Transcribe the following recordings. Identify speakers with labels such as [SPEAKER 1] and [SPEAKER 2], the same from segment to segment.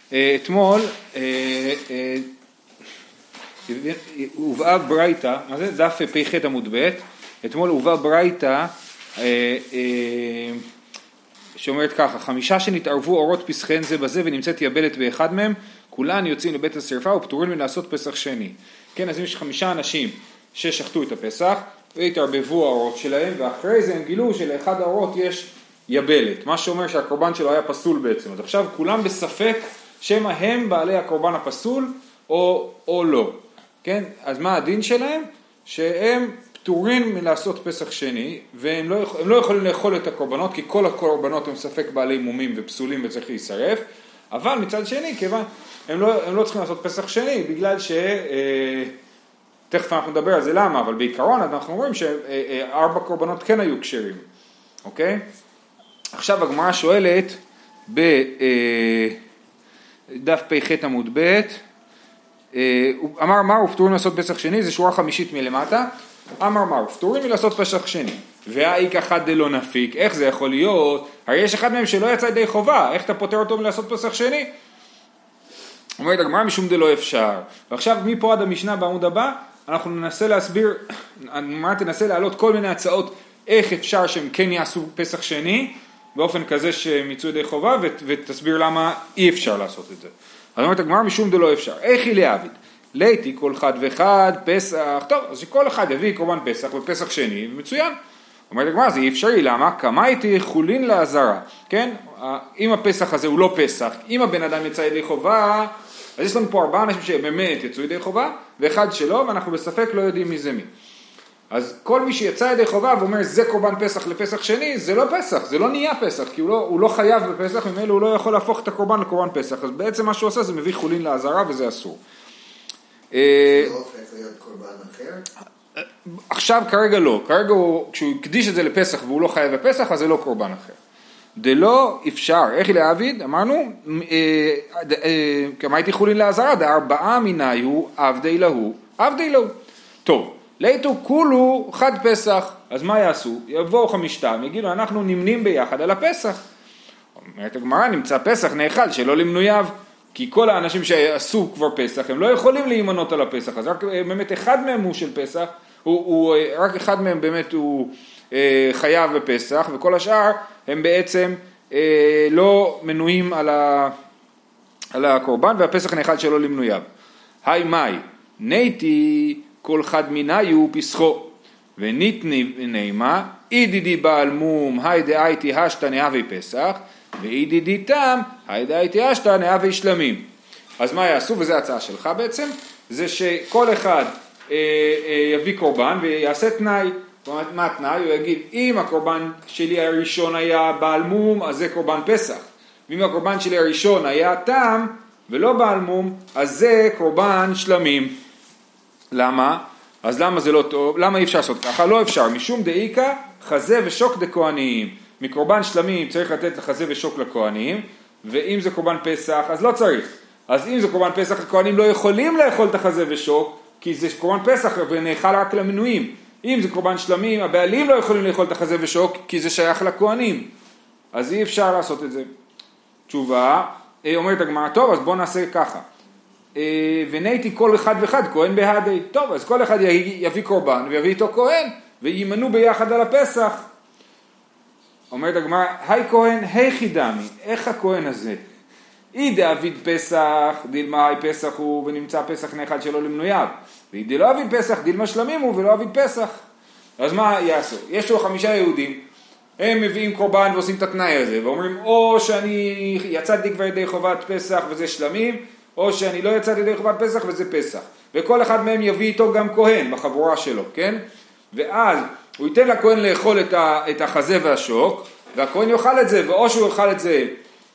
[SPEAKER 1] אתמול הובאה ברייתא, מה זה? דף פ"ח עמוד ב', אתמול הובאה ברייתא שאומרת ככה, 5 שנתערבו אורות פסחן זה בזה ונמצאת יבלת באחד מהם, כולן יוצאים לבית השרפה ופטורים מלעשות פסח שני. כן, אז אם יש 5 אנשים ששחטו את הפסח, והתערבבו האורות שלהם, ואחרי זה הם גילו שלאחד האורות יש יבלת, מה שאומר שהקורבן שלו היה פסול בעצם. אז עכשיו כולם בספק שמה הם בעלי הקורבן הפסול או לא. כן, אז מה הדין שלהם? שהם פטורים מלעשות פסח שני, והם לא יכולים לאכול את הקורבנות, כי כל הקורבנות הם ספק בעלי מומים ופסולים וצריך להישרף, אבל מצד שני, כיוון, הם לא צריכים לעשות פסח שני, בגלל תכף אנחנו נדבר על זה למה, אבל בעיקרון אנחנו אומרים ש4 קורבנות כן היו כשרים, אוקיי? עכשיו הגמרא שואלת בדף פ"ח עמוד ב', אמר מר ופטורים לעשות פסח שני, זה שורה 5 מלמטה, אמר מר ופטורים מלעשות פסח שני, והאיק אחד דלא נפיק, איך זה יכול להיות? הרי יש אחד מהם שלא יצא ידי חובה, איך אתה פותר אותו מלעשות פסח שני? אומרת הגמרא משום דלא אפשר. ועכשיו מפה עד המשנה בעמוד הבא, אנחנו ננסה להסביר, הגמרא תנסה להעלות כל מיני הצעות איך אפשר שהם כן יעשו פסח שני, באופן כזה שהם יצאו ידי חובה, ותסביר למה אי אפשר לעשות את זה. אז אומרת הגמרא משום דלא אפשר. איך היא להעביד? ליתי כל אחד ואחד פסח, טוב, אז שכל אחד יביא קורבן פסח ופסח שני, ומצוין. אומרת הגמרא, זה אי אפשרי, למה? כמה הייתי חולין לעזרה, כן? אם הפסח הזה הוא לא פסח, אם הבן אדם יצא ידי חובה, אז יש לנו פה 4 אנשים שבאמת יצאו ידי חובה, ואחד שלא, ואנחנו בספק לא יודעים מי זה מי. אז כל מי שיצא ידי חובה ואומר זה קורבן פסח לפסח שני, זה לא פסח, זה לא נהיה פסח, כי הוא לא חייב בפסח, ממילא הוא לא יכול להפוך את הקורבן לקורבן פסח, אז בעצם מה שהוא עושה זה מביא חולין לעזרה וזה אסור.
[SPEAKER 2] זה לא הופך להיות קורבן אחר?
[SPEAKER 1] עכשיו כרגע לא, כרגע כשהוא הקדיש את זה לפסח והוא לא חייב בפסח, אז זה לא קורבן אחר. דלא אפשר, איך להעביד? אמרנו, כמה הייתי חולין לעזרה, 4 מניו עבדי להו, עבדי להו. טוב, ליתו כולו חד פסח, אז מה יעשו? יבואו 5, יגידו אנחנו נמנים ביחד על הפסח. אומרת הגמרא, נמצא פסח נאכל שלא למנוייו, כי כל האנשים שעשו כבר פסח, הם לא יכולים להימנות על הפסח, אז רק באמת אחד מהם הוא של פסח, רק אחד מהם באמת הוא חייב בפסח, וכל השאר הם בעצם לא מנויים על הקורבן, והפסח נאכל שלא למנוייו. היי מאי, ניתי כל חד מיניו פסחו, וניתני נעימה, אידידי בעל מום, היי דאייתי השתה נאהבי פסח, ואידידי תם, היי דאייתי השתה נאהבי שלמים. אז מה יעשו, וזו ההצעה שלך בעצם, זה שכל אחד יביא קורבן ויעשה תנאי. מה התנאי? הוא יגיד, אם הקורבן שלי הראשון היה בעל מום, אז זה קורבן פסח. ואם הקורבן שלי הראשון היה תם ולא בעל מום, אז זה קורבן שלמים. למה? אז למה זה לא טוב? למה אי אפשר לעשות ככה? לא אפשר. משום דאיקה, חזה ושוק דכהנים. מקורבן שלמים צריך לתת לחזה ושוק לכהנים, ואם זה קורבן פסח, אז לא צריך. אז אם זה קורבן פסח, הכהנים לא יכולים לאכול את החזה ושוק, כי זה קורבן פסח ונאכל רק למנויים. אם זה קורבן שלמים, הבעלים לא יכולים לאכול את החזה ושוק, כי זה שייך לכהנים. אז אי אפשר לעשות את זה. תשובה, אומרת הגמרא, טוב, אז בוא נעשה ככה. וניתי כל אחד ואחד כהן בהדי. טוב, אז כל אחד יביא קורבן ויביא איתו כהן, וימנו ביחד על הפסח. אומרת הגמרא, היי כהן, היי חידמי, איך הכהן הזה? אי דאביד פסח, דילמה היי פסח הוא ונמצא פסח נאכל שלא למנוייו, ואי דלא אביד פסח, דילמה שלמים הוא ולא אביד פסח. אז מה יעשו? יש לו 5 יהודים, הם מביאים קורבן ועושים את התנאי הזה, ואומרים או שאני יצאתי כבר ידי חובת פסח וזה שלמים, או שאני לא יצאתי ידי חובת פסח וזה פסח. וכל אחד מהם יביא איתו גם כהן בחבורה שלו, כן? ואז הוא ייתן לכהן לאכול את החזה והשוק, והכהן יאכל את זה, ואו שהוא יאכל את זה,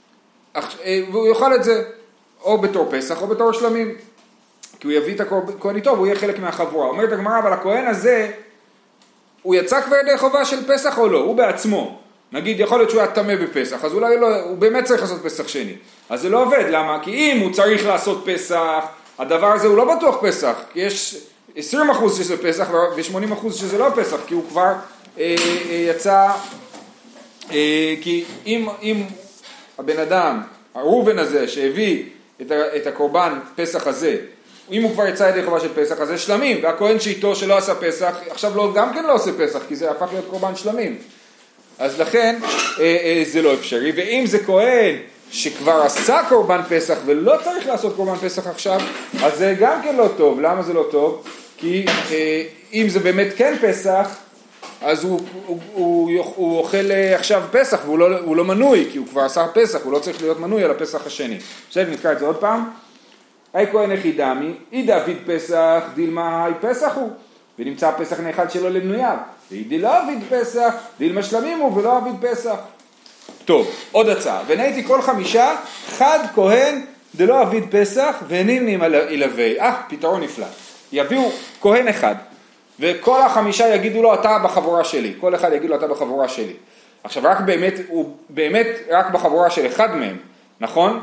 [SPEAKER 1] והוא יאכל את זה או בתור פסח או בתור שלמים, כי הוא יביא את הכהן איתו והוא יהיה חלק מהחבורה. אומרת הגמרא, אבל הכהן הזה, הוא יצא כבר ידי חובה של פסח או לא? הוא בעצמו. נגיד, יכול להיות שהוא היה טמא בפסח, אז אולי לא, הוא באמת צריך לעשות פסח שני. אז זה לא עובד, למה? כי אם הוא צריך לעשות פסח, הדבר הזה הוא לא בטוח פסח, כי יש 20% שזה פסח ו80% שזה לא פסח, כי הוא כבר יצא, כי אם הבן אדם, הראובן הזה שהביא את הקורבן פסח הזה, אם הוא כבר יצא ידי חובה של פסח, אז זה שלמים, והכהן שאיתו שלא עשה פסח, עכשיו גם כן לא עושה פסח, כי זה הפך להיות קורבן שלמים. אז לכן זה לא אפשרי, ואם זה כהן שכבר עשה קורבן פסח ולא צריך לעשות קורבן פסח עכשיו, אז זה גם כן לא טוב. למה זה לא טוב? כי אם זה באמת כן פסח, אז הוא אוכל עכשיו פסח והוא לא מנוי, כי הוא כבר עשה פסח, הוא לא צריך להיות מנוי על הפסח השני. בסדר, נקרא את זה עוד פעם. היי כהן יחידמי, אי דוד פסח, דילמה היי פסח הוא, ונמצא פסח נאכל שלו למנוייו, ואי דלא אביד פסח, דילמה שלמים הוא ולא אביד פסח. טוב, עוד הצעה, ונהייתי כל 5, חד כהן דלא אביד פסח, ונמנים ילווה. פתרון נפלא. יביאו כהן אחד, וכל 5 יגידו לו אתה בחבורה שלי, כל אחד יגיד לו אתה בחבורה שלי. עכשיו הוא באמת רק בחבורה של אחד מהם, נכון?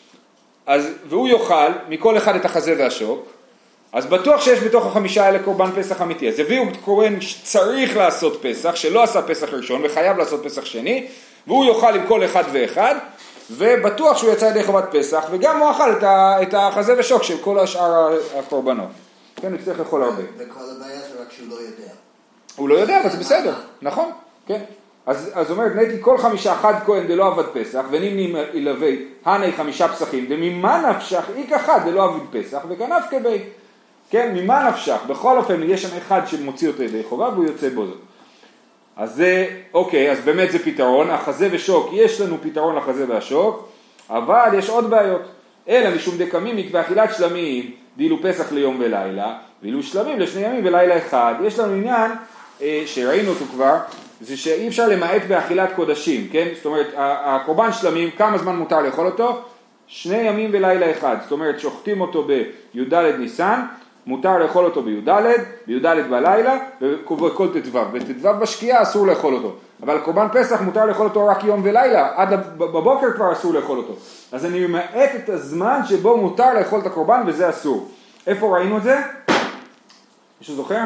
[SPEAKER 1] והוא יאכל מכל אחד את החזה והשוק, אז בטוח שיש בתוך 5 האלה קורבן פסח אמיתי. אז הביאו כהן שצריך לעשות פסח, שלא עשה פסח ראשון וחייב לעשות פסח שני, והוא יאכל עם כל אחד ואחד, ובטוח שהוא יצא ידי חובת פסח, וגם הוא אכל את החזה ושוק של כל השאר הקורבנות. כן, הוא צריך לאכול הרבה.
[SPEAKER 2] וכל הבעיה זה רק שהוא לא יודע.
[SPEAKER 1] הוא לא יודע, אבל זה בסדר, נכון, כן. אז אומרת, נהייתי כל 5 חד כהן דלא עבד פסח, ונמנים ילווה הני 5 פסחים, וממה נפשך איק אחד דלא עבד פסח, וכנף כבי. כן, ממה נפשך? בכל אופן, יש שם אחד שמוציא אותו ידי חובה, והוא יוצא בו זאת. אז זה, אוקיי, אז באמת זה פתרון, החזה ושוק, יש לנו פתרון לחזה והשוק, אבל יש עוד בעיות. אלא משום דקמימיק ואכילת שלמים, דילו פסח ליום ולילה, ואילו שלמים לשני ימים ולילה אחד. יש לנו עניין, שראינו אותו כבר, זה שאי אפשר למעט באכילת קודשים, כן? זאת אומרת, הקורבן שלמים, כמה זמן מותר לאכול אותו? 2 ימים ולילה אחד. זאת אומרת, שוחטים אותו בי"ד ניסן, מותר לאכול אותו בי"ד בלילה, וכל ט"ו. בט"ו בשקיעה אסור לאכול אותו. אבל קורבן פסח מותר לאכול אותו רק יום ולילה, עד בבוקר כבר אסור לאכול אותו. אז אני ממעט את הזמן שבו מותר לאכול את הקורבן, וזה אסור. איפה ראינו את זה? מישהו זוכר?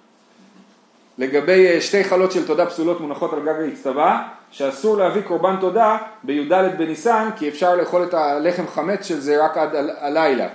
[SPEAKER 1] לגבי 2 חלות של תודה פסולות מונחות על גג האצטבה, שאסור להביא קורבן תודה בי"ד בניסן, כי אפשר לאכול את הלחם חמץ של זה רק עד הלילה.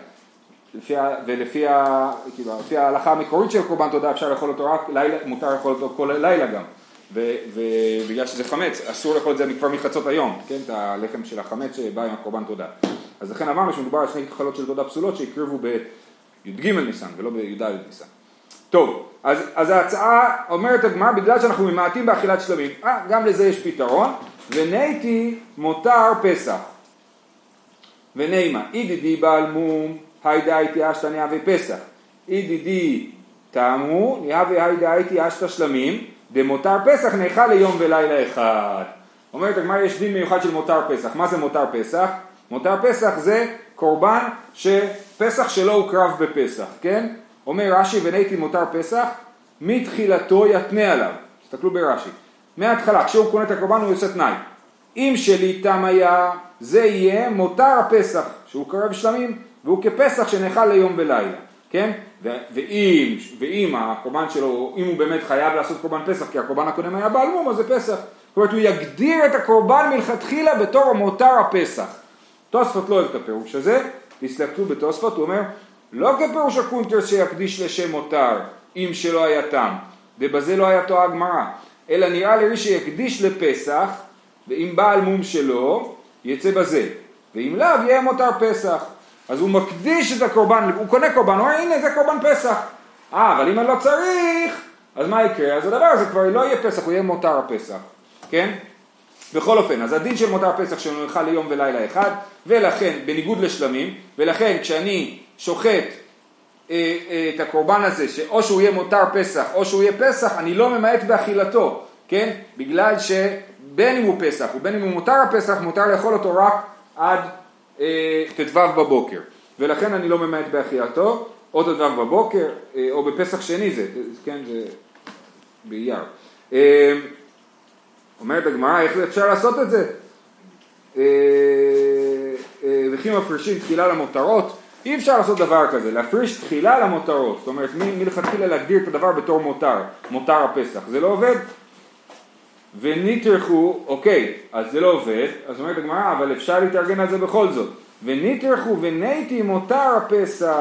[SPEAKER 1] ולפי ההלכה המקורית של קורבן תודה אפשר לאכול אותו רק לילה, מותר לאכול אותו כל לילה גם. ובגלל שזה חמץ, אסור לאכול את זה כבר מחצות היום, כן? את הלחם של החמץ שבא עם הקורבן תודה. אז לכן אמרנו שמדובר על 2 חלות של תודה פסולות שהקריבו בי"ג ניסן ולא בי"ד ניסן. טוב, אז ההצעה אומרת הגמרא, בגלל שאנחנו ממעטים באכילת שלמים, גם לזה יש פתרון, ונהייתי מותר פסח. ונעימה, אידידי בעל מום, היידה הייתי אשתה נהווה פסח. אידידי טעמו, נהווה היידה הייתי אשתה שלמים, דמותר פסח נאכל ליום ולילה אחד. אומרת הגמרא, יש דין מיוחד של מותר פסח. מה זה מותר פסח? מותר פסח זה קורבן שפסח שלו הוא קרב בפסח, כן? אומר רש"י, ונהייתי מותר פסח, מתחילתו יתנה עליו. תסתכלו ברש"י. מההתחלה, כשהוא קונה את הקורבן הוא יוצא תנאי. אם שלי תם היה, זה יהיה מותר הפסח, שהוא קרב שלמים, והוא כפסח שנאכל ליום ולילה, כן? ואם הקורבן שלו, אם הוא באמת חייב לעשות קורבן פסח, כי הקורבן הקודם היה בעל מום, אז זה פסח. זאת אומרת, הוא יגדיר את הקורבן מלכתחילה בתור מותר הפסח. תוספות לא אוהב את הפירוש הזה, תסתכלו בתוספות, הוא אומר, לא כפירוש הקונטרס שיקדיש לשם מותר, אם שלא היה תם, ובזה לא היה טועה הגמרא, אלא נראה לי שיקדיש לפסח, ואם בעל מום שלו, יצא בזה, ואם לאו יהיה מותר פסח. אז הוא מקדיש את הקורבן, הוא קונה קורבן, הוא אומר הנה זה קורבן פסח. אבל אם אני לא צריך, אז מה יקרה? אז הדבר הזה כבר לא יהיה פסח, הוא יהיה מותר הפסח, כן? בכל אופן, אז הדין של מותר פסח שהוא נאכל ליום ולילה אחד, ולכן, בניגוד לשלמים, ולכן כשאני שוחט את הקורבן הזה, שאו שהוא יהיה מותר פסח, או שהוא יהיה פסח, אני לא ממעט באכילתו, כן? בגלל שבין אם הוא פסח, ובין אם הוא מותר הפסח, מותר לאכול אותו רק עד ט"ו בבוקר. ולכן אני לא ממעט באכילתו, או ט"ו בבוקר, או בפסח שני זה, כן? זה באייר. אומרת הגמרא, איך אפשר לעשות את זה? וכי מפרישים תחילה למותרות, אי אפשר לעשות דבר כזה, להפריש תחילה למותרות, זאת אומרת, מלכתחילה להגדיר את הדבר בתור מותר הפסח, זה לא עובד? ונתרחו, אוקיי, אז זה לא עובד, אז אומרת הגמרא, אבל אפשר להתארגן על זה בכל זאת. ונטרחו וניתי מותר הפסח.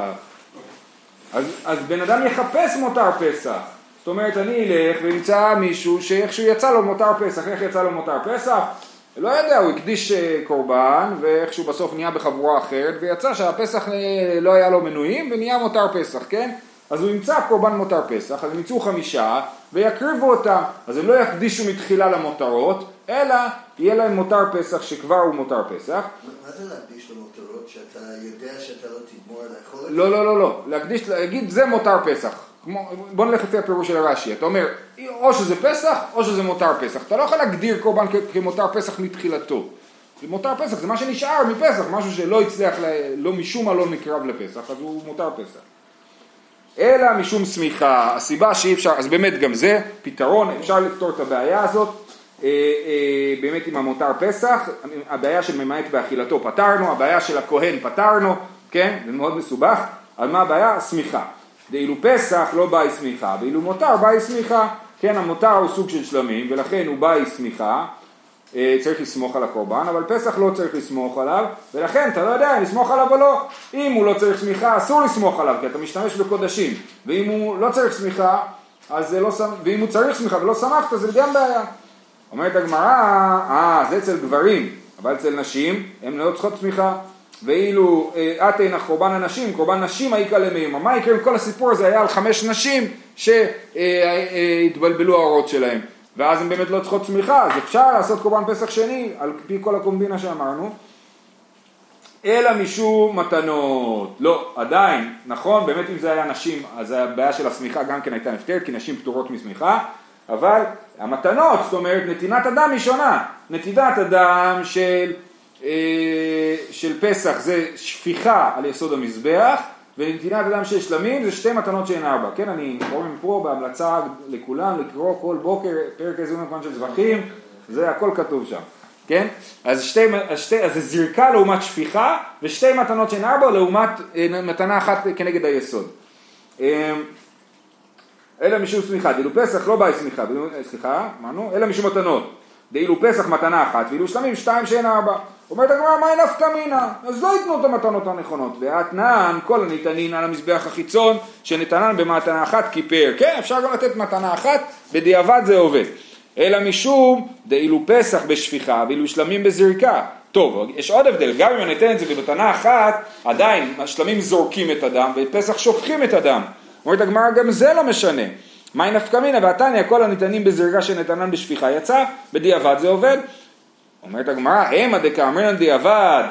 [SPEAKER 1] אז בן אדם יחפש מותר פסח. זאת אומרת, אני אלך וימצא מישהו שאיכשהו יצא לו מותר פסח. איך יצא לו מותר פסח? לא יודע, הוא הקדיש קורבן, ואיכשהו בסוף נהיה בחבורה אחרת, ויצא שהפסח לא היה לו מנויים, ונהיה מותר פסח, כן? אז הוא ימצא קורבן מותר פסח, אז הם יצאו 5, ויקריבו אותם. אז הם לא יקדישו מתחילה למותרות, אלא יהיה להם מותר פסח שכבר הוא מותר פסח.
[SPEAKER 2] מה זה להקדיש למותרות? שאתה יודע שאתה לא תגמור לאכול?
[SPEAKER 1] לא. להקדיש, להגיד זה מותר פסח. בוא נלך לפי הפירוש של הרש"י. אתה אומר, או שזה פסח, או שזה מותר פסח. אתה לא יכול להגדיר קורבן כמותר פסח מתחילתו. מותר פסח זה מה שנשאר מפסח, משהו שלא הצליח, לא משום מה לא נקרב לפסח, אז הוא מותר פסח. אלא משום סמיכה, הסיבה שאי אפשר, אז באמת גם זה פתרון, אפשר לפתור את הבעיה הזאת, באמת עם המותר פסח, הבעיה של ממעט באכילתו פתרנו, הבעיה של הכהן פתרנו, כן, זה מאוד מסובך, אבל מה הבעיה? סמיכה. ואילו פסח לא באי סמיכה, ואילו מותר באי סמיכה, כן, המותר הוא סוג של שלמים, ולכן הוא באי סמיכה, צריך לסמוך על הקורבן, אבל פסח לא צריך לסמוך עליו, ולכן אתה לא יודע אם לסמוך עליו או לא. אם הוא לא צריך סמיכה, אסור לסמוך עליו, כי אתה משתמש בקודשים, ואם הוא לא צריך סמיכה, אז זה לא, ואם הוא צריך סמיכה ולא סמכת, זה גם בעיה. אומרת הגמרא, זה אצל גברים, אבל אצל נשים, הם לא צריכות סמיכה. ואילו אתן קורבן הנשים, קורבן נשים העיקה למימה. מה יקרה אם כל הסיפור הזה היה על 5 נשים שהתבלבלו האורות שלהם? ואז הם באמת לא צריכות סמיכה, אז אפשר לעשות קורבן פסח שני, על פי כל הקומבינה שאמרנו. אלא משום מתנות. לא, עדיין, נכון, באמת אם זה היה נשים, אז הבעיה של הסמיכה גם כן הייתה נפתרת, כי נשים פטורות מסמיכה, אבל המתנות, זאת אומרת, נתינת אדם היא שונה. נתינת אדם של פסח זה שפיכה על יסוד המזבח, ונתינת אדם של שלמים זה 2 מתנות שהן 4. כן, אני קורא מפה בהמלצה לכולם לקרוא כל בוקר פרק איזון הכהן של זבחים, זה הכל כתוב שם. כן? אז זה זרקה לעומת שפיכה, ו2 מתנות שהן 4 לעומת מתנה אחת כנגד היסוד. אלא משום סמיכה, דאילו פסח לא באי סמיכה, אלא משום מתנות. דאילו פסח מתנה 1, ואילו שלמים 2 שהן 4. אומרת הגמרא, מה נפקא מינה? אז לא ייתנו את המתנות הנכונות. ואתנן, כל הניתנין על המזבח החיצון, שנתנן במתנה 1 כיפר. כן, אפשר גם לתת מתנה 1, בדיעבד זה עובד. אלא משום דאילו פסח בשפיכה, ואילו שלמים בזריקה. טוב, יש עוד הבדל, גם אם אני אתן את זה במתנה 1, עדיין השלמים זורקים את הדם, ופסח שופכים את הדם. אומרת הגמרא, גם זה לא משנה. מה נפקא מינה? והתניא, כל הניתנים בזריקה שנתנן בשפיכה יצא, בדיעבד זה עובד. אומרת הגמרא, המה דקאמרינן דיעבד,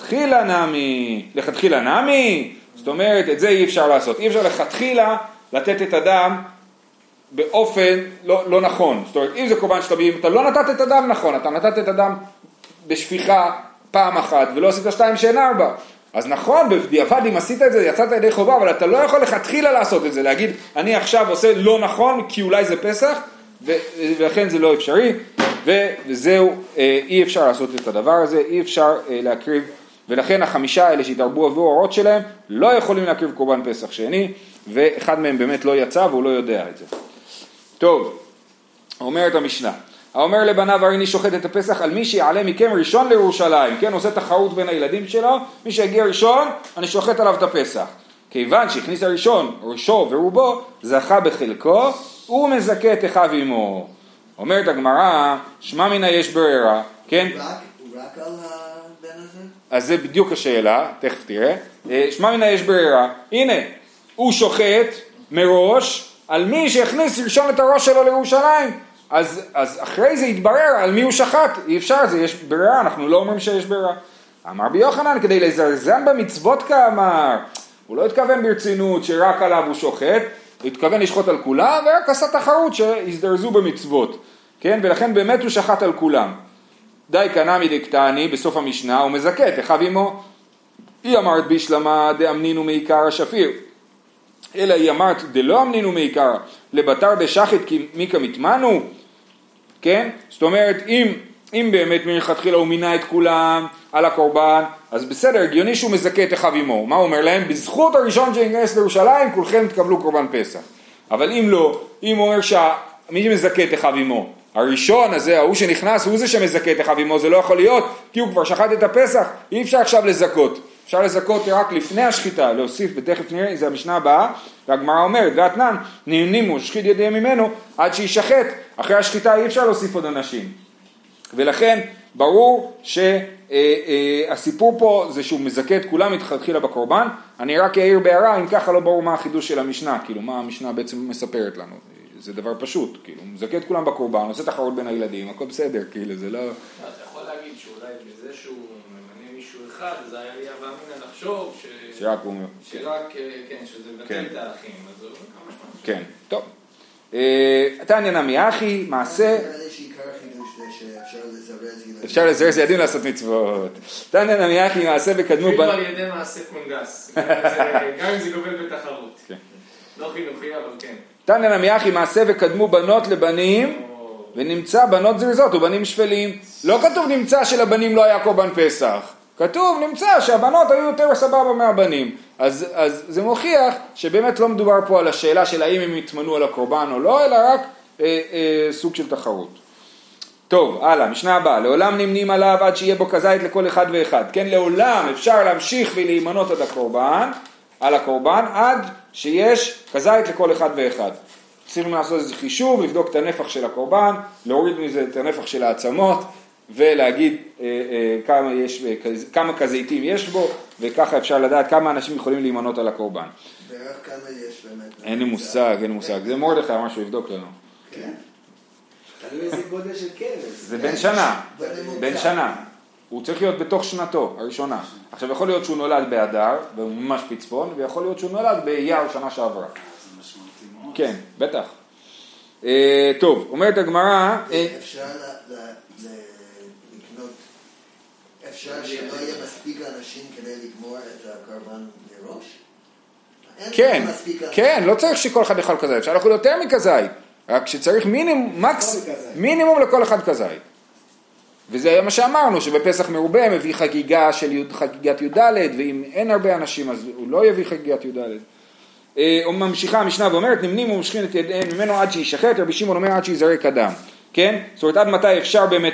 [SPEAKER 1] לכתחילה נמי, זאת אומרת, את זה אי אפשר לעשות. אי אפשר לכתחילה לתת את הדם באופן לא נכון. זאת אומרת, אם זה קורבן שלמים, אתה לא נתת את הדם נכון, אתה נתת את הדם בשפיכה פעם אחת, ולא עשית 2 שהן 4. אז נכון, בדיעבד אם עשית את זה, יצאת ידי חובה, אבל אתה לא יכול לכתחילה לעשות את זה, להגיד, אני עכשיו עושה לא נכון, כי אולי זה פסח, ולכן זה לא אפשרי. וזהו, אי אפשר לעשות את הדבר הזה, אי אפשר להקריב, ולכן 5 האלה שהתערבו עבור האורות שלהם, לא יכולים להקריב קורבן פסח שני, ואחד מהם באמת לא יצא והוא לא יודע את זה. טוב, אומרת המשנה, האומר לבניו הריני שוחט את הפסח על מי שיעלה מכם ראשון לירושלים, כן, עושה תחרות בין הילדים שלו, מי שיגיע ראשון, אני שוחט עליו את הפסח. כיוון שהכניס הראשון, ראשו ורובו, זכה בחלקו, הוא מזכה את אחיו עמו. אומרת הגמרא, שמע מינה יש ברירה, כן?
[SPEAKER 2] הוא רק על הבן הזה?
[SPEAKER 1] אז זה בדיוק השאלה, תכף תראה. שמע מינה יש ברירה, הנה, הוא שוחט מראש על מי שהכניס ראשון את הראש שלו לירושלים. אז אחרי זה יתברר על מי הוא שחט, אי אפשר, זה יש ברירה, אנחנו לא אומרים שיש ברירה. אמר בי יוחנן, כדי לזרזם במצוות כאמר, הוא לא התכוון ברצינות שרק עליו הוא שוחט, הוא התכוון לשחוט על כולם, ורק עשה תחרות שיזדרזו במצוות, כן? ולכן באמת הוא שחט על כולם. די קנמי דקטני, בסוף המשנה, הוא מזכה את אחיו עמו. היא אמרת בישלמה דאמנינו מעיקר השפיר, אלא היא אמרת דלא אמנינו מעיקר, לבטר דשחט כי מיקה מתמנו, כן? זאת אומרת, אם באמת מלכתחילה הוא מינה את כולם על הקורבן, אז בסדר, הגיוני שהוא מזכה את אחיו עמו. מה הוא אומר להם? בזכות הראשון שיכנס לירושלים, כולכם תקבלו קורבן פסח. אבל אם לא, אם הוא אומר שמי שמזכה את אחיו עמו, הראשון הזה, ההוא שנכנס, הוא זה שמזכה את אחיו עמו, זה לא יכול להיות, כי הוא כבר שחט את הפסח, אי אפשר עכשיו לזכות. אפשר לזכות רק לפני השחיטה, להוסיף, ותכף נראה, זה המשנה הבאה, והגמרא אומרת, ואתנן, נמנימו, שחית ידיהם ממנו, עד שישחט, אחרי השחיטה אי אפשר להוסיף עוד אנשים. ולכן, ברור שהסיפור פה זה שהוא מזכה את כולם מתחילה בקורבן, אני רק אעיר בהערה, אם ככה לא ברור מה החידוש של המשנה, כאילו מה המשנה בעצם מספרת לנו, זה דבר פשוט, כאילו, הוא מזכה את כולם בקורבן, עושה תחרות בין הילדים, הכל בסדר, כאילו, זה לא...
[SPEAKER 3] אתה יכול להגיד שאולי בזה שהוא ממנה מישהו אחד, זה היה לי ואמינא לחשוב
[SPEAKER 1] שרק הוא...
[SPEAKER 3] כן, שזה מבטל את האחים, אז זה כמה משמעות.
[SPEAKER 1] כן, טוב. תניא נמי אחי, מעשה... אפשר לזרז ילדים לעשות מצוות. תניא נמי אחי, מעשה וקדמו...
[SPEAKER 3] אפילו על ידי מעשה קונגס, גם אם זה גובל בתחרות. לא חינוכי, אבל כן.
[SPEAKER 1] תניא נמי אחי, מעשה וקדמו בנות לבנים, ונמצא בנות זריזות ובנים שפלים. לא כתוב נמצא שלבנים לא היה קורבן פסח. כתוב נמצא שהבנות היו יותר סבבה מהבנים. אז זה מוכיח שבאמת לא מדובר פה על השאלה של האם הם יתמנו על הקורבן או לא, אלא רק סוג של תחרות. טוב, הלאה, משנה הבאה. לעולם נמנים עליו עד שיהיה בו כזית לכל אחד ואחד. כן, לעולם אפשר להמשיך ולהימנות על הקורבן עד שיש כזית לכל אחד ואחד. צריכים לעשות איזה חישוב, לבדוק את הנפח של הקורבן, להוריד מזה את הנפח של העצמות, ולהגיד כמה כזיתים יש בו, וככה אפשר לדעת כמה אנשים יכולים להימנות על הקורבן.
[SPEAKER 2] בערך כמה יש באמת?
[SPEAKER 1] אין לי מושג. זה מרדכי משהו יבדוק לנו.
[SPEAKER 2] כן.
[SPEAKER 4] תלוי איזה גודל של כבש.
[SPEAKER 1] זה בן שנה. הוא צריך להיות בתוך שנתו הראשונה. עכשיו יכול להיות שהוא נולד באדר, והוא ממש פצפון, ויכול להיות שהוא נולד באייר שנה שעברה.
[SPEAKER 4] זה משמעותי מאוד.
[SPEAKER 1] כן, בטח. טוב, אומרת הגמרא...
[SPEAKER 2] אפשר לקנות, אפשר שלא יהיה מספיק אנשים כדי לגמור את הקורבן מראש?
[SPEAKER 1] כן, לא צריך שכל אחד יאכל כזית, אפשר לאכול יותר מכזית, רק שצריך מינימום לכל אחד כזית. וזה מה שאמרנו, שבפסח מרובה מביא חגיגת י"ד, ואם אין הרבה אנשים אז הוא לא יביא חגיגת י"ד. ממשיכה המשנה ואומרת, נמנים ומשכין את ידיהם ממנו עד שישחט, רבי שמעון אומר עד שיזרק הדם. כן? זאת אומרת, עד מתי אפשר באמת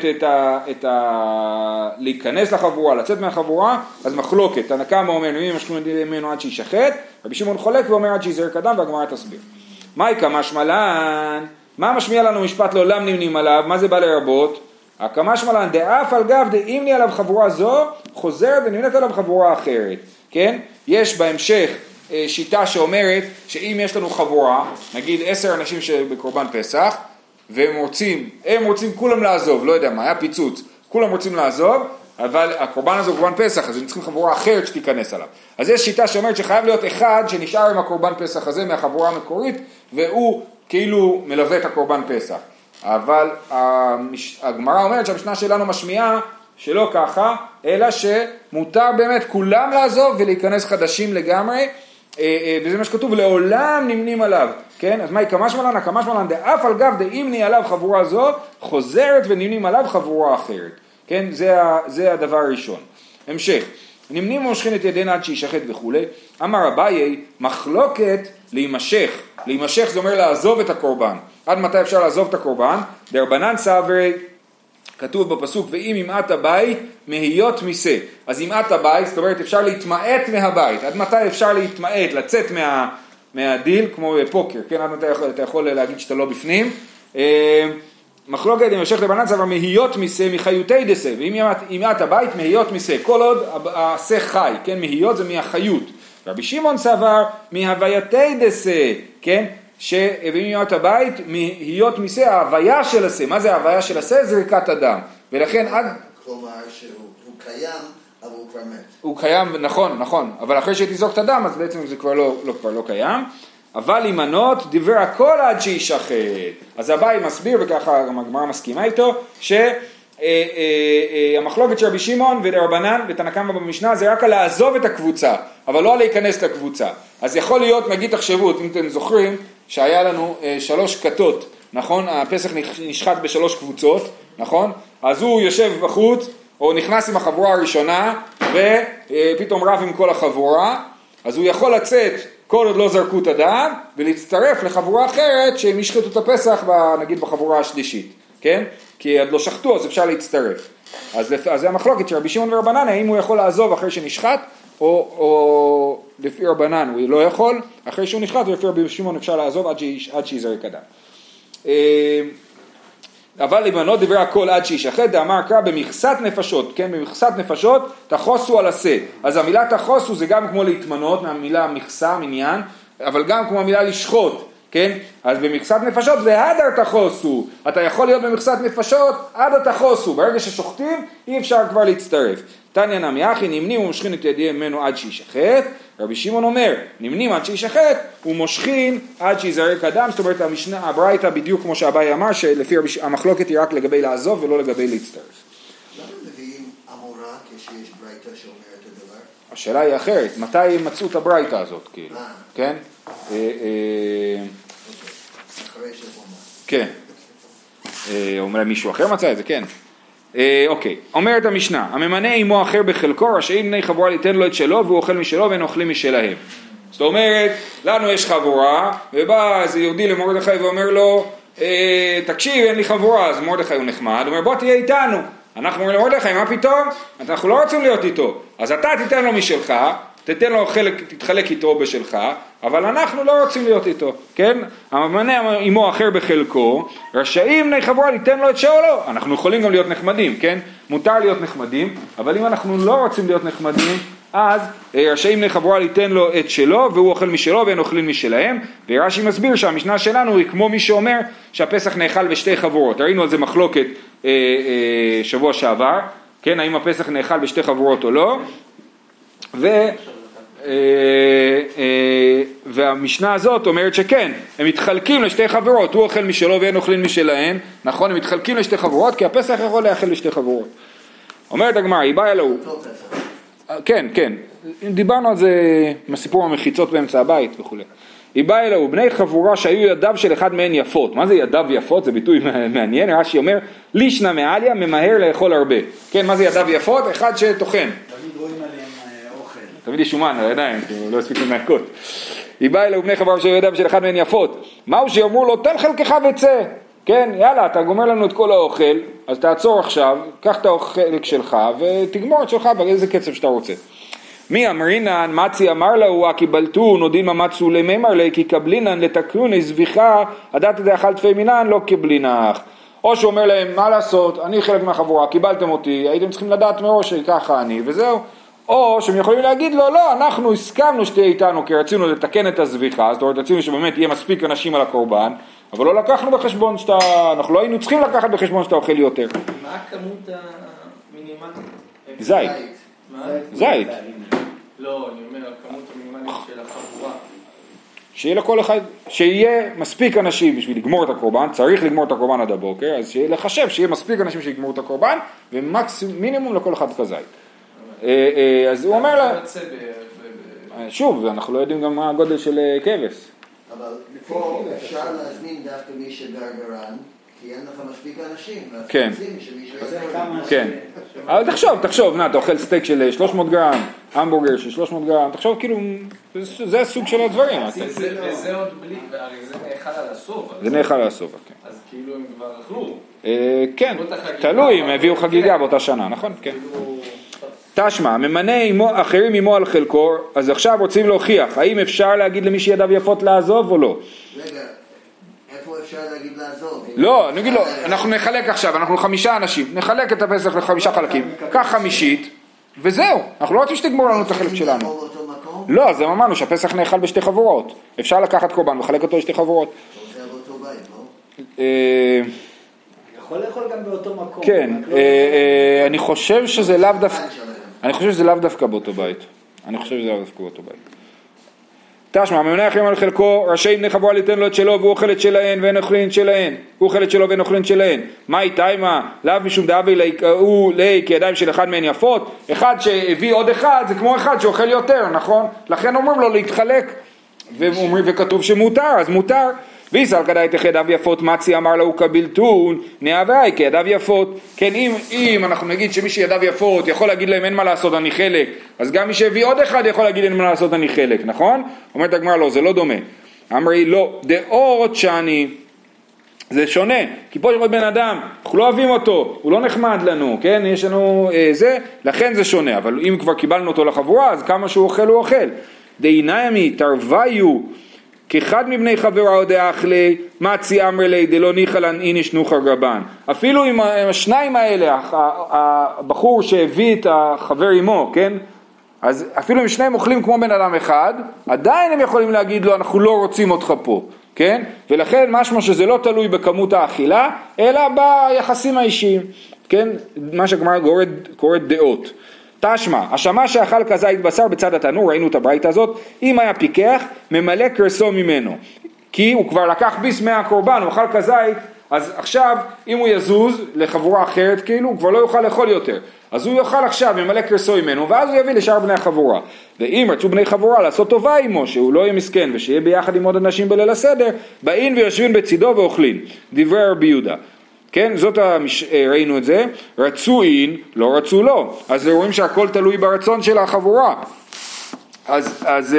[SPEAKER 1] להיכנס לחבורה, לצאת מהחבורה, אז מחלוקת. תנא קמא אומר, נמנים ומשכין את ידיהם ממנו עד שישחט, רבי שמעון חולק ואומר עד שיזרק הדם, והגמרא תסביר. מהי כמשמע לן? מה משמיע לנו משפט לעולם נמנים עליו? מה זה בא לרבות? כמשמע לן, דאף על גב דאימני עליו חבורה זו, חוזרת ונמנית עליו חבורה אחרת. כן? יש בהמשך שיטה שאומרת שאם יש לנו חבורה, נגיד 10 אנשים שבקורבן פסח, והם רוצים כולם לעזוב, לא יודע מה, היה פיצוץ, כולם רוצים לעזוב, אבל הקורבן הזה הוא קורבן פסח, אז הם צריכים חבורה אחרת שתיכנס עליו. אז יש שיטה שאומרת שחייב להיות אחד שנשאר עם הקורבן פסח הזה מהחבורה המקורית, והוא כאילו מלווה את הקורבן פסח. אבל הגמרא אומרת שהמשנה שלנו משמיעה שלא ככה, אלא שמותר באמת כולם לעזוב ולהיכנס חדשים לגמרי, וזה מה שכתוב, לעולם נמנים עליו, כן? אז מהי כמשמע לן? כמשמע לן דאף על גב דאימני עליו חבורה זו, חוזרת ונמנים עליו חבורה אחרת, כן? זה הדבר הראשון. המשך, נמנים ומשכין את ידינו עד שישחט וכו'. אמר אביי, מחלוקת להימשך. להימשך זה אומר לעזוב את הקורבן. עד מתי אפשר לעזוב את הקורבן? דרבנן סברי, כתוב בפסוק, ואם ימעט הבית מהיות מיסה. אז ימעט הבית, זאת אומרת אפשר להתמעט מהבית. עד מתי אפשר להתמעט, לצאת מהדיל, כמו בפוקר, כן? עד מתי אתה יכול להגיד שאתה לא בפנים. מחלוקת להימשך דרבנן סברי, מהיות מיסה מחיותי דסה. ואם ימעט הבית מהיות מיסה. כל עוד העשה חי, כן? מהיות זה מהחיות. רבי שמעון סבר מהווייתי דסה, כן? שאם ימעט הבית, מהיות מיסה, ההוויה של הסה. מה זה ההוויה של הסה? זריקת הדם. ולכן עד...
[SPEAKER 2] כלומר שהוא קיים, אבל הוא כבר מת. הוא
[SPEAKER 1] קיים, נכון. אבל אחרי שתזרוק את הדם, אז בעצם זה כבר לא קיים. אבל להימנות דיבר הכל עד שישחט. אז אביי מסביר, וככה גם הגמרא מסכימה איתו, שהמחלוקת של רבי שמעון ודרבנן ותנא קמא במשנה זה רק על לעזוב את הקבוצה, אבל לא להיכנס לקבוצה. אז יכול להיות, נגיד תחשבו, אם אתם זוכרים, שהיה לנו 3 כתות, נכון? הפסח נשחט ב3 קבוצות, נכון? אז הוא יושב בחוץ, או נכנס עם החבורה הראשונה, ופתאום רב עם כל החבורה, אז הוא יכול לצאת כל עוד לא זרקו את הדם, ולהצטרף לחבורה אחרת שהם ישחטו את הפסח, נגיד בחבורה השלישית. כן? כי עוד לא שחטו, אז אפשר להצטרף. אז זה המחלוקת של רבי שמעון ורבנן, האם הוא יכול לעזוב אחרי שנשחט, או לפי רבנן הוא לא יכול, אחרי שהוא נשחט, ולפי רבי שמעון אפשר לעזוב עד שיזרק אדם. אבל לבנות דברי הכל עד שישחט, דאמר קרא במכסת נפשות, כן? במכסת נפשות תחוסו על עשה. אז המילה תחוסו זה גם כמו להתמנות, מהמילה מכסה, מניין, אבל גם כמו המילה לשחוט, כן? אז במכסת נפשות זה הדר תחוסו, אתה יכול להיות במכסת נפשות עד התחוסו, ברגע ששוחטים אי אפשר כבר להצטרף. תניא נמי אחי נמנים ומשכין את ידיהם ממנו עד שישחט, רבי שמעון אומר נמנים עד שישחט ומושכין עד שיזרק אדם, זאת אומרת הברייתא בדיוק כמו שאביי אמר שלפי המחלוקת היא רק לגבי לעזוב ולא לגבי להצטרף.
[SPEAKER 2] למה מביאים אמורה כשיש ברייתא שאומרת את הדבר?
[SPEAKER 1] השאלה היא אחרת, מתי מצאו את הברייתא הזאת כאילו, כן?
[SPEAKER 2] אחרי שבומה.
[SPEAKER 1] כן, אומר מישהו אחר מצא את זה, כן. אוקיי, אומרת המשנה, הממנה עמו אחר בחלקו, רשאים בני חבורה ליתן לו את שלו והוא אוכל משלו והם אוכלים משלהם. זאת אומרת, לנו יש חבורה, ובא איזה יהודי למרדכי ואומר לו, תקשיב, אין לי חבורה, אז מרדכי הוא נחמד, אומר בוא תהיה איתנו. אנחנו אומרים למרדכי, מה פתאום? אנחנו לא רוצים להיות איתו, אז אתה תיתן לו משלך, תתן לו חלק, תתחלק איתו בשלך, אבל אנחנו לא רוצים להיות איתו, כן? הממנה עמו אחר בחלקו, רשאים בני חבורה ליתן לו את שלו, אנחנו יכולים גם להיות נחמדים, כן? מותר להיות נחמדים, אבל אם אנחנו לא רוצים להיות נחמדים, אז רשאים בני חבורה ליתן לו את שלו, והוא אוכל משלו והם אוכלים משלהם, ורש"י מסביר שהמשנה שלנו היא כמו מי שאומר שהפסח נאכל בשתי חבורות, ראינו על זה מחלוקת שבוע שעבר, כן? האם הפסח נאכל בשתי חבורות או לא, והמשנה הזאת אומרת שכן, הם מתחלקים לשתי חברות, הוא אוכל משלו והם אוכלים משלהם, נכון, הם מתחלקים לשתי חברות, כי הפסח יכול לאכל לשתי חברות. אומרת הגמרא, היא באה אלוהו, כן, כן, דיברנו על זה מסיפור המחיצות באמצע הבית וכו'. היא באה אלוהו, בני חבורה שהיו ידיו של אחד מהן יפות, מה זה ידיו יפות? זה ביטוי מעניין, רש"י אומר, לישנא מעליא ממהר לאכול הרבה, כן, מה זה ידיו יפות? אחד שטוחן.
[SPEAKER 4] תמיד רואים עליהם אוכל.
[SPEAKER 1] תמיד יש שומן על הידיים, לא הספיק לנקות. היא באה אלוהו בני חבורה שהיו ידיו של אחד מהן יפות, מהו שאמרו לו, תן חלקך וצא, כן, יאללה, אתה גומר לנו את כל האוכל, אז תעצור עכשיו, קח את האוכל שלך ותגמור את שלך באיזה קצב שאתה רוצה. מי אמרינן, מצי אמר לה, קיבלתו, נודין מצו למימר לי, כי קבלינן לתקלון הזביחה, עדת דאכל תפי מינן, לא קבלינך. או שהוא אומר להם, מה לעשות, אני חלק מהחבורה, קיבלתם אותי, הייתם צריכים לדעת מראש שככה אני, וזהו. או שהם יכולים להגיד לו, לא, אנחנו הסכמנו שתהיה איתנו, כי רצינו לתקן את הזביחה, זאת אומרת, רצינו שבאמת יהיה מספיק אנשים על הקורבן, אבל לא לקחנו בחשבון אנחנו לא היינו צריכים לקחת בחשבון שאתה אוכל יותר.
[SPEAKER 3] מה הכמות המינימלית?
[SPEAKER 1] זית. זית.
[SPEAKER 3] לא, אני אומר, הכמות המינימלית של החבורה.
[SPEAKER 1] שיהיה לכל אחד, שיהיה מספיק אנשים בשביל לגמור את הקורבן, צריך לגמור את הקורבן עד הבוקר, אז שיהיה לחשב שיהיה מספיק אנשים שיגמרו את הקורבן, ומינימום לכל אחד כזית. אז הוא אומר לה, שוב, אנחנו לא יודעים גם מה הגודל של כבש.
[SPEAKER 2] אבל פה אפשר להזמין דווקא מי שגר גרן, כי אין לך מספיק אנשים.
[SPEAKER 1] כן. כן. אבל תחשוב, אתה אוכל סטייק של 300 גרם, המבורגר של 300 גרם, תחשוב כאילו, זה הסוג של הדברים.
[SPEAKER 3] וזה עוד בלי, והרי זה נאכל על הסוף. זה
[SPEAKER 1] נאכל על הסוף, כן.
[SPEAKER 3] אז כאילו הם כבר אכלו.
[SPEAKER 1] כן, תלוי, הם הביאו חגיגה באותה שנה, נכון? כן. תשמע, ממנה אחרים עמו על חלקו, אז עכשיו רוצים להוכיח, האם אפשר להגיד למי שידיו יפות לעזוב או לא?
[SPEAKER 2] רגע, איפה אפשר להגיד לעזוב?
[SPEAKER 1] לא, נגיד לו, אנחנו נחלק עכשיו, אנחנו 5 אנשים, נחלק את הפסח ל5 חלקים, קח 5, וזהו, אנחנו לא רוצים שתגמור לנו את החלק שלנו. לא, אז אמרנו שהפסח נאכל בשתי חבורות, אפשר לקחת קורבן ולחלק אותו לשתי חבורות.
[SPEAKER 2] זה באותו בית, לא?
[SPEAKER 4] יכול לאכול גם באותו מקום.
[SPEAKER 1] כן, אני חושב שזה לאו דווקא באותו בית. תשמע, הממנה אחרים על חלקו, רשאים בני חבורה ליתן לו את שלו, והוא אוכל את שלהן ואין אוכלים את שלהן. הוא אוכל את שלו ואין אוכלים את שלהן. מה איתה מה? לאו משום דאבי הוא לי כידיים של אחד מהן יפות. אחד שהביא עוד אחד, זה כמו אחד שאוכל יותר, נכון? לכן אומרים לו להתחלק, וכתוב שמותר, אז מותר. ויסל כדאי את ידיו יפות, מצי אמר לו קבלתון, נאווי כידיו יפות. כן, אם אנחנו נגיד שמי שידיו יפות יכול להגיד להם אין מה לעשות אני חלק, אז גם מי שהביא עוד אחד יכול להגיד אין מה לעשות אני חלק, נכון? אומרת הגמרא לא, זה לא דומה. אמרי לא, דעות שאני זה שונה, כי פה יש עוד בן אדם, אנחנו לא אוהבים אותו, הוא לא נחמד לנו, כן? יש לנו זה, לכן זה שונה, אבל אם כבר קיבלנו אותו לחבורה, אז כמה שהוא אוכל הוא אוכל. דהינמי תרוויו, כאחד מבני חברה או דאכלי, מצי אמר לי דלא ניחלן איניש נוחר רבן. אפילו עם השניים האלה, הבחור שהביא את החבר עמו, כן? אז אפילו אם שניהם אוכלים כמו בן אדם אחד, עדיין הם יכולים להגיד לו, אנחנו לא רוצים אותך פה, כן? ולכן משמע שזה לא תלוי בכמות האכילה, אלא ביחסים האישיים, כן? מה שגמר קוראת דעות. תשמע, השמה שאכל כזית בשר בצד התנור, ראינו את הברייתא הזאת, אם היה פיקח, ממלא קרסו ממנו. כי הוא כבר לקח ביס מהקורבן, הוא אכל כזית, אז עכשיו אם הוא יזוז לחבורה אחרת, כאילו הוא כבר לא יוכל לאכול יותר. אז הוא יאכל עכשיו, ממלא קרסו ממנו, ואז הוא יביא לשאר בני החבורה. ואם רצו בני חבורה לעשות טובה עמו, שהוא לא יהיה מסכן, ושיהיה ביחד עם עוד אנשים בליל הסדר, באים ויושבים בצידו ואוכלים. דברי רבי יהודה. כן, ראינו את זה, רצו אין, לא רצו לא. אז רואים שהכל תלוי ברצון של החבורה. אז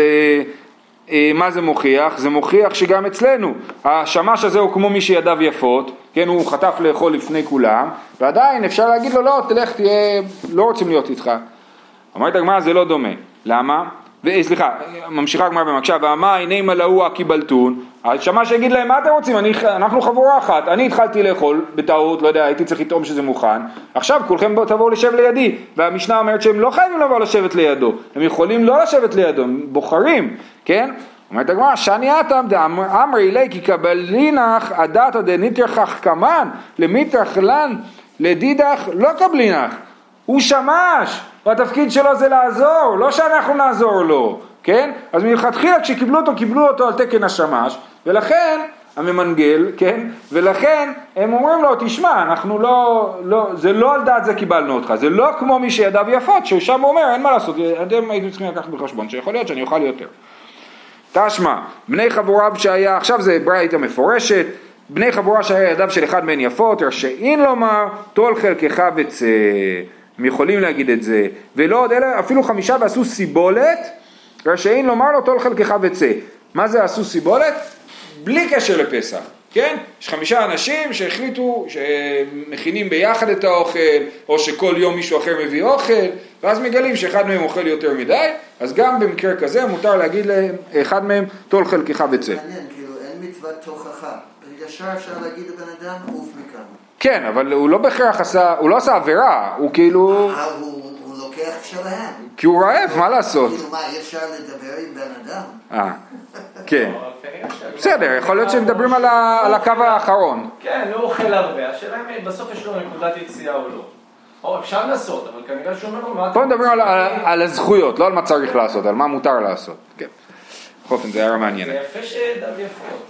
[SPEAKER 1] מה זה מוכיח? זה מוכיח שגם אצלנו, השמש הזה הוא כמו מי שידיו יפות, כן, הוא חטף לאכול לפני כולם, ועדיין אפשר להגיד לו, לא, תלך, תהיה, לא רוצים להיות איתך. אמרת הגמרא, זה לא דומה. למה? סליחה, ממשיכה הגמרא במקשה, ואמה הנה מלאו הקיבלתון, השמש יגיד להם, מה אתם רוצים? אנחנו חבורה אחת, אני התחלתי לאכול בטעות, לא יודע, הייתי צריך לטעום שזה מוכן, עכשיו כולכם תבואו לשב לידי, והמשנה אומרת שהם לא חייבים לבוא לשבת לידו, הם יכולים לא לשבת לידו, הם בוחרים, כן? אומרת הגמרא, שאני אתם אמרי לי כי קבלינך הדתא דניתרחך כמן, למיתרח לן לדידך לא קבלינך, הוא שמש, והתפקיד שלו זה לעזור, לא שאנחנו נעזור לו, כן? אז מלכתחילה כשקיבלו אותו, קיבלו אותו על תקן השמש, ולכן הממנגל, כן? ולכן הם אומרים לו, תשמע, אנחנו זה לא על דעת זה קיבלנו אותך, זה לא כמו מי שידיו יפות, שהוא שם אומר, אין מה לעשות, אתם הייתם צריכים לקחת בחשבון, שיכול להיות שאני אוכל יותר. תשמע, בני חבורה שהיה, עכשיו זה ברייתא מפורשת, בני חבורה שהיה ידיו של אחד מהן יפות, רשאין לומר, תול חלקך וצא. הם יכולים להגיד את זה, ולא עוד אלה, אפילו 5 ועשו סיבולת, רשאין לומר לו תול חלקך וצא. מה זה עשו סיבולת? בלי קשר לפסח, כן? יש 5 אנשים שהחליטו שמכינים ביחד את האוכל, או שכל יום מישהו אחר מביא אוכל, ואז מגלים שאחד מהם אוכל יותר מדי, אז גם במקרה כזה מותר להגיד להם, אחד מהם תול חלקך וצא.
[SPEAKER 2] מעניין, כאילו אין מצוות תוכחה, ישר אפשר להגיד לבן אדם עוף מכאן.
[SPEAKER 1] כן, אבל הוא לא בהכרח עשה, הוא לא עשה עבירה, הוא כאילו...
[SPEAKER 2] הוא לוקח שלהם.
[SPEAKER 1] כי הוא רעב, מה לעשות?
[SPEAKER 2] כאילו מה, אי אפשר לדבר עם בן אדם?
[SPEAKER 1] כן. בסדר, יכול להיות שמדברים על הקו האחרון.
[SPEAKER 3] כן, לא אוכל הרבה, השאלה אם בסוף יש לו נקודת יציאה או לא. או אפשר לעשות, אבל כנראה שהוא אומר לו מה...
[SPEAKER 1] פה מדברים על הזכויות, לא על מה צריך לעשות, על מה מותר לעשות. כן. בכל אופן, זה היה מעניין.
[SPEAKER 3] זה יפה שידיו יפות.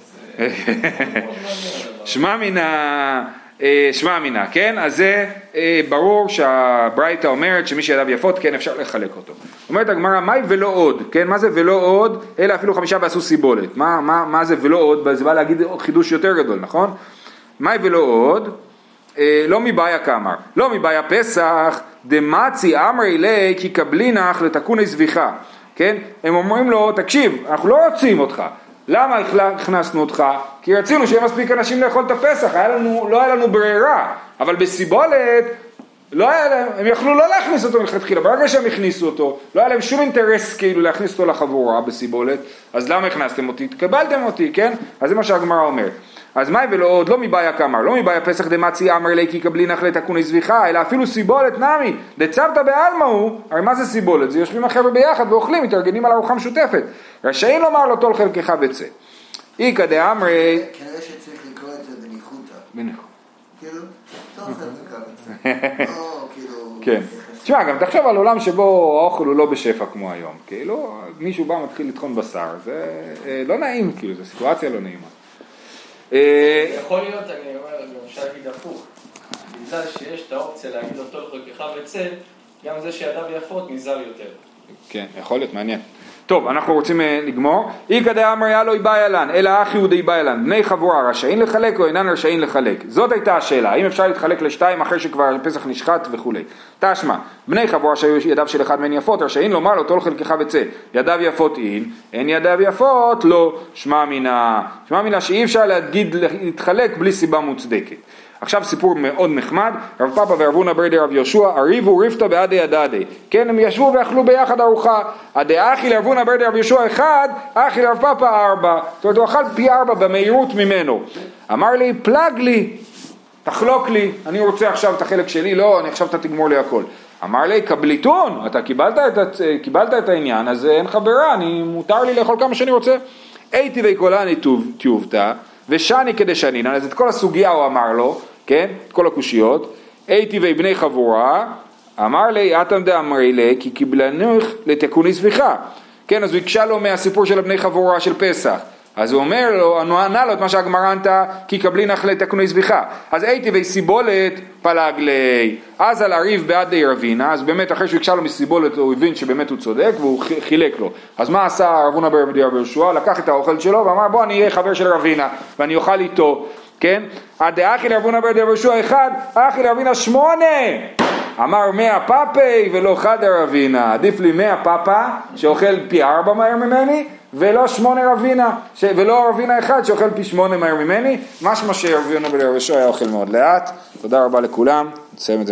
[SPEAKER 1] שמע מינה, כן? אז זה ברור שהברייתא אומרת שמי שידיו יפות, כן, אפשר לחלק אותו. אומרת הגמרא, מהי ולא עוד? כן, מה זה ולא עוד? אלא אפילו 5 ועשו סיבולת. מה זה ולא עוד? זה בא להגיד חידוש יותר גדול, נכון? מהי ולא עוד? לא מבעיה כאמר. לא מבעיה פסח, דמצי אמרי לי כי קבלינך לתקוני זביחה. כן? הם אומרים לו, תקשיב, אנחנו לא רוצים אותך. למה הכנסנו אותך? כי רצינו שיהיה מספיק אנשים לאכול את הפסח, לא היה לנו ברירה, אבל בסיבולת לא היה להם, הם יכלו לא להכניס אותו מלכתחילה, ברגע שהם הכניסו אותו, לא היה להם שום אינטרס כאילו להכניס אותו לחבורה בסיבולת, אז למה הכנסתם אותי? תקבלתם אותי, כן? אז זה מה שהגמרא אומר. אז מה ולא עוד? לא מבעיה כאמר, לא מבעיה פסח דמצי אמר לי כי קבלינך לתקוני זביחה, אלא אפילו סיבולת נמי, דצבת בעלמא הוא, הרי מה זה סיבולת? זה יושבים החבר'ה ביחד ואוכלים, מתארגנים על ארוחה משותפת. רשאים לומר לו תול חלקך וצא. איקא דאמרי...
[SPEAKER 2] כנראה שצריך לקרוא את זה בניחותא.
[SPEAKER 1] בניחותא.
[SPEAKER 2] כאילו, תול חלקך וצא. לא, כאילו...
[SPEAKER 1] כן. תשמע, גם תחשוב על עולם שבו האוכל הוא לא בשפע כמו היום. כאילו, מישהו בא מתחיל לטחון בשר, זה לא נעים, כאילו, זו סיטואציה לא נעימה.
[SPEAKER 3] יכול להיות, אני אומר, גם אפשר להגיד הפוך. בגלל שיש את האופציה להגיד אותו חלקך וצא, גם זה שידיו יפות נזהר יותר.
[SPEAKER 1] כן, יכול להיות, מעניין. טוב, אנחנו רוצים לגמור. איקא דאמר לא יבאי לן, אלא אחי הוא דיבאי לן. בני חבורה רשאים לחלק או אינן רשאים לחלק? זאת הייתה השאלה, האם אפשר להתחלק לשתיים אחרי שכבר פסח נשחט וכו'. תשמע, בני חבורה שהיו ידיו של אחד מהן יפות, רשאים לומר לו, טול חלקך וצא. ידיו יפות אין ידיו יפות לא. שמע מינה שאי אפשר להתחלק בלי סיבה מוצדקת. עכשיו סיפור מאוד נחמד, רב פאפא ורב הונא בר דרב יהושע הריבו ריפתא בעדי הדדי. כן, הם ישבו ואכלו ביחד ארוחה. הדאחי לרב הונא בר דרב יהושע 1, אחי לרב פאפא 4. זאת אומרת, הוא אכל פי 4 במהירות ממנו. אמר לי, פלג לי, תחלוק לי, אני רוצה עכשיו את החלק שלי, לא, אני עכשיו אתה תגמור לי הכל. אמר לי, קבליטון, אתה קיבלת את העניין, אז אין לך ברירה, מותר לי לאכול כמה שאני רוצה. הייתי ויקולני תיובתא, ושני כדשנינן, אז את כל הסוגיה הוא אמר לו, כן, את כל הקושיות. הייתי ובני חבורה, אמר לי, אתם דאמרי לי, כי קיבלנוך לתקוני סביחה. כן, אז הוא הקשה לו מהסיפור של בני חבורה של פסח. אז הוא אומר לו, הוא ענה לו את מה שהגמרא ענתה, כי קבלינך לתקוני סביחה. אז הייתי וסיבולת פלג לי. אז על הריב בעד די רבינה, אז באמת אחרי שהוא הקשה לו מסיבולת, הוא הבין שבאמת הוא צודק, והוא חילק לו. אז מה עשה רב הונא בר דרב יהושע? לקח את האוכל שלו ואמר, בוא אני אהיה חבר של רבינה, ואני אוכל איתו. כן? הדאחי לרב הונא בר דרב יהושע 1, אחי לרבינה 8. אמר 100 פאפי ולא חד רבינה. עדיף לי 100 פאפה שאוכל פי 4 מהר ממני, ולא 8 רבינה, ולא רבינה 1 שאוכל פי 8 מהר ממני. משמע שרב הונא בר דרב יהושע היה אוכל מאוד לאט. תודה רבה לכולם. נסיים את זה.